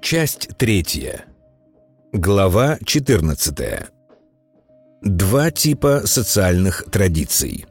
Часть 3. Глава 14. Два типа социальных традиций.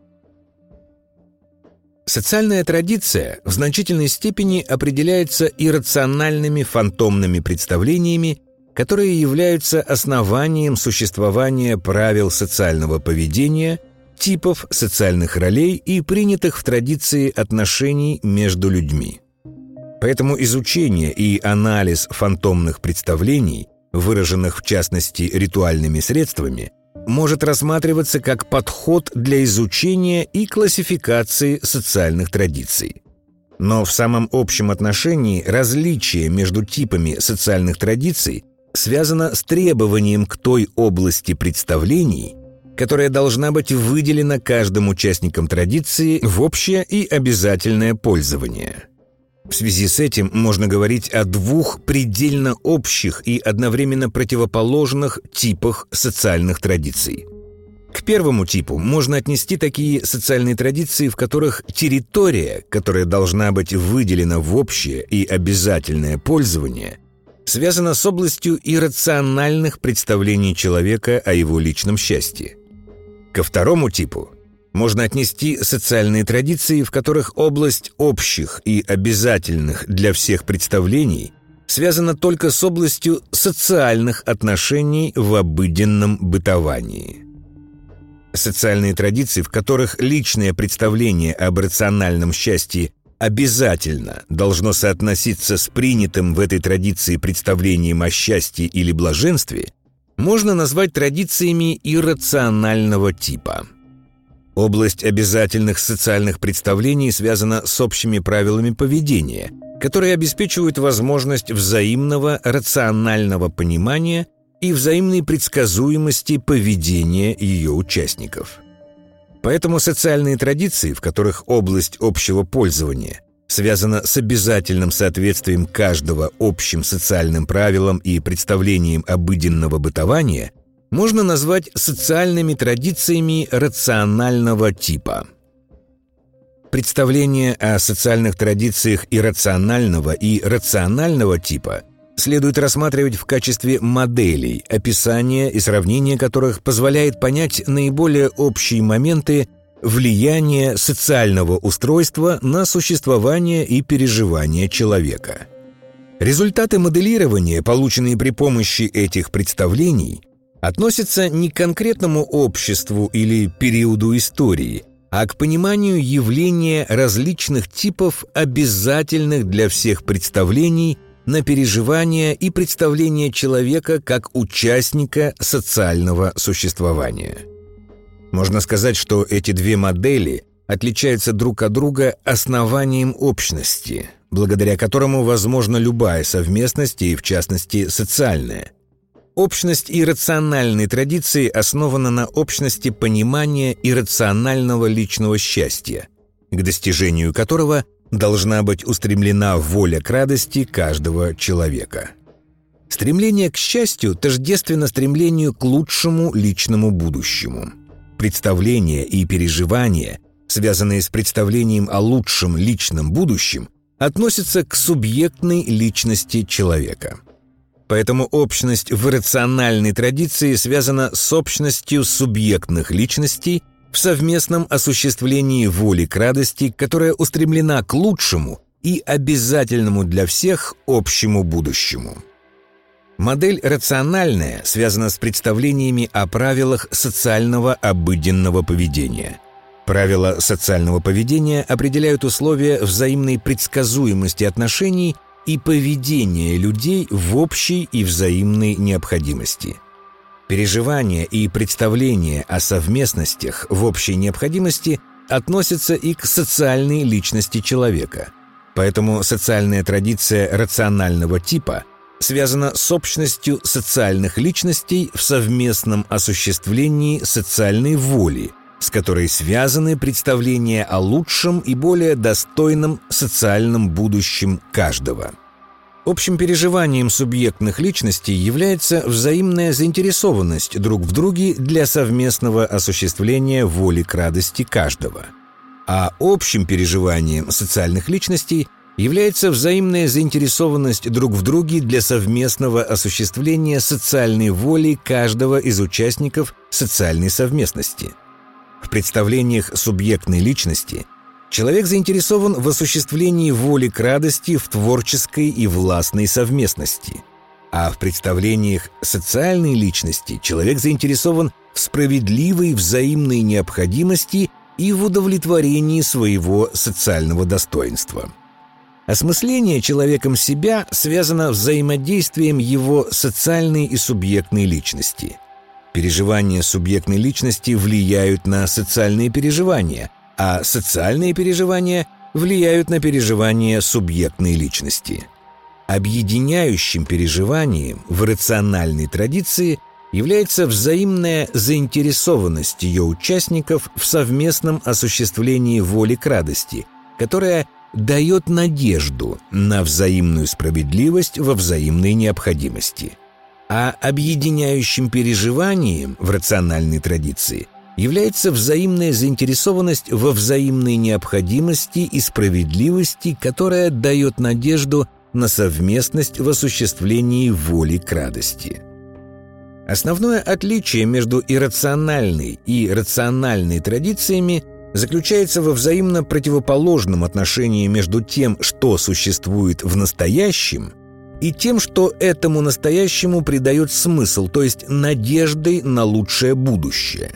Социальная традиция в значительной степени определяется иррациональными фантомными представлениями, которые являются основанием существования правил социального поведения, типов социальных ролей и принятых в традиции отношений между людьми. Поэтому изучение и анализ фантомных представлений, выраженных в частности ритуальными средствами, может рассматриваться как подход для изучения и классификации социальных традиций. Но в самом общем отношении различие между типами социальных традиций связано с требованием к той области представлений, которая должна быть выделена каждым участником традиции в общее и обязательное пользование. В связи с этим можно говорить о двух предельно общих и одновременно противоположных типах социальных традиций. К первому типу можно отнести такие социальные традиции, в которых территория, которая должна быть выделена в общее и обязательное пользование, связана с областью иррациональных представлений человека о его личном счастье. Ко второму типу можно отнести социальные традиции, в которых область общих и обязательных для всех представлений связана только с областью социальных отношений в обыденном бытовании. Социальные традиции, в которых личное представление об рациональном счастье обязательно должно соотноситься с принятым в этой традиции представлением о счастье или блаженстве, можно назвать традициями иррационального типа. Область обязательных социальных представлений связана с общими правилами поведения, которые обеспечивают возможность взаимного рационального понимания и взаимной предсказуемости поведения ее участников. Поэтому социальные традиции, в которых область общего пользования связана с обязательным соответствием каждого общим социальным правилам и представлениям обыденного бытования, можно назвать социальными традициями рационального типа. Представления о социальных традициях иррационального и рационального типа следует рассматривать в качестве моделей, описания и сравнения которых позволяет понять наиболее общие моменты влияния социального устройства на существование и переживание человека. Результаты моделирования, полученные при помощи этих представлений, относятся не к конкретному обществу или периоду истории, а к пониманию явления различных типов обязательных для всех представлений на переживание и представление человека как участника социального существования. Можно сказать, что эти две модели отличаются друг от друга основанием общности, благодаря которому возможна любая совместность и, в частности, социальная. Общность иррациональной традиции основана на общности понимания иррационального личного счастья, к достижению которого должна быть устремлена воля к радости каждого человека. Стремление к счастью тождественно стремлению к лучшему личному будущему. Представления и переживания, связанные с представлением о лучшем личном будущем, относятся к субъектной личности человека. Поэтому общность в иррациональной традиции связана с общностью субъектных личностей в совместном осуществлении воли к радости, которая устремлена к лучшему и обязательному для всех общему будущему. Модель рациональная связана с представлениями о правилах социального обыденного поведения. Правила социального поведения определяют условия взаимной предсказуемости отношений и поведения людей в общей и взаимной необходимости. Переживания и представления о совместностях в общей необходимости относятся и к социальной личности человека. Поэтому социальная традиция рационального типа связана с общностью социальных личностей в совместном осуществлении социальной воли, с которой связаны представления о лучшем и более достойном социальном будущем каждого. Общим переживанием субъектных личностей является взаимная заинтересованность друг в друге для совместного осуществления воли к радости каждого. А общим переживанием социальных личностей является взаимная заинтересованность друг в друге для совместного осуществления социальной воли каждого из участников социальной совместности. В представлениях субъектной личности человек заинтересован в осуществлении воли к радости в творческой и властной совместности, а в представлениях социальной личности человек заинтересован в справедливой взаимной необходимости и в удовлетворении своего социального достоинства. Осмысление человеком себя связано взаимодействием его социальной и субъектной личности. Переживания субъектной личности влияют на социальные переживания, а социальные переживания влияют на переживания субъектной личности. Объединяющим переживанием в рациональной традиции является взаимная заинтересованность ее участников в совместном осуществлении воли к радости, которая дает надежду на взаимную справедливость во взаимной необходимости. А объединяющим переживанием в рациональной традиции является взаимная заинтересованность во взаимной необходимости и справедливости, которая дает надежду на совместность в осуществлении воли к радости. Основное отличие между иррациональной и рациональной традициями заключается во взаимно противоположном отношении между тем, что существует в настоящем, и тем, что этому настоящему придает смысл, то есть надеждой на лучшее будущее.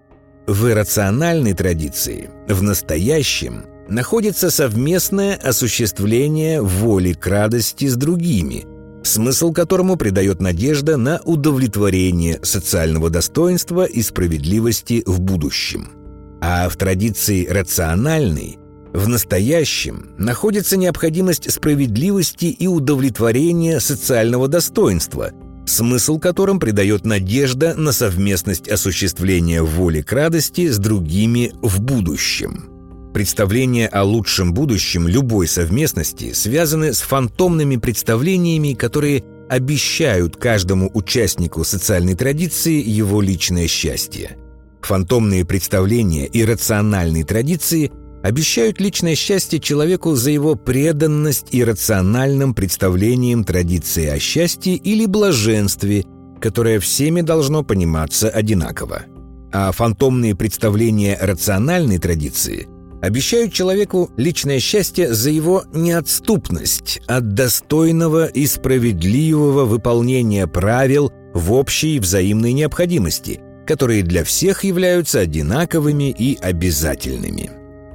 В иррациональной традиции в настоящем находится совместное осуществление воли к радости с другими, смысл которому придает надежда на удовлетворение социального достоинства и справедливости в будущем. А в традиции рациональной в настоящем находится необходимость справедливости и удовлетворения социального достоинства, смысл которым придает надежда на совместность осуществления воли к радости с другими в будущем. Представления о лучшем будущем любой совместности связаны с фантомными представлениями, которые обещают каждому участнику социальной традиции его личное счастье. Фантомные представления иррациональной традиции обещают личное счастье человеку за его преданность иррациональным представлениям традиции о счастье или блаженстве, которое всеми должно пониматься одинаково. А фантомные представления рациональной традиции обещают человеку личное счастье за его неотступность от достойного и справедливого выполнения правил в общей взаимной необходимости, которые для всех являются одинаковыми и обязательными.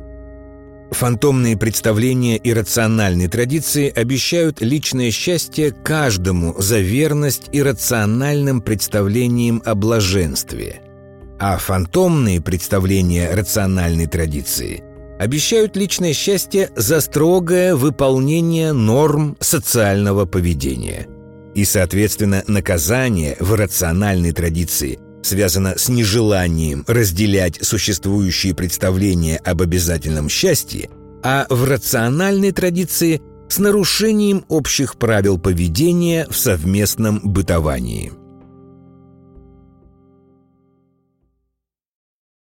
Фантомные представления иррациональной традиции обещают личное счастье каждому за верность иррациональным представлениям о блаженстве, а фантомные представления рациональной традиции обещают личное счастье за строгое выполнение норм социального поведения. И, соответственно, наказание в рациональной традиции связано с нежеланием разделять существующие представления об обязательном счастье, а в рациональной традиции с нарушением общих правил поведения в совместном бытовании.